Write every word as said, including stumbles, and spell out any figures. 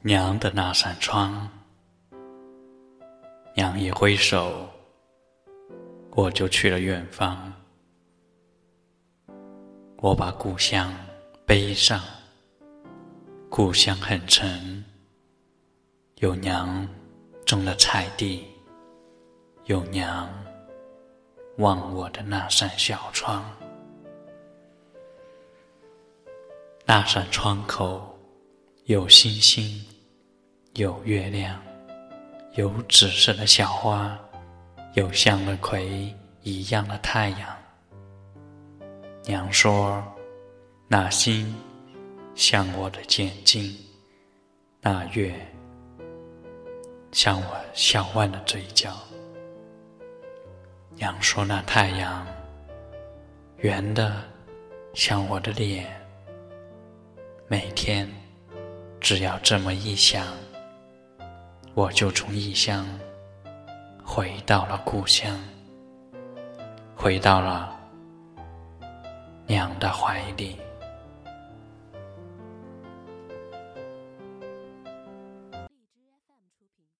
娘的那扇窗，娘一挥手，我就去了远方。我把故乡背上，故乡很沉，有娘种的菜地，有娘望我的那扇小窗。那扇窗口有星星，有月亮，有紫色的小花，有向日葵一样的太阳。娘说，那星像我的眼睛，那月像我笑弯的嘴角。娘说，那太阳圆的像我的脸。每天只要这么一想，我就从异乡回到了故乡，回到了娘的怀里。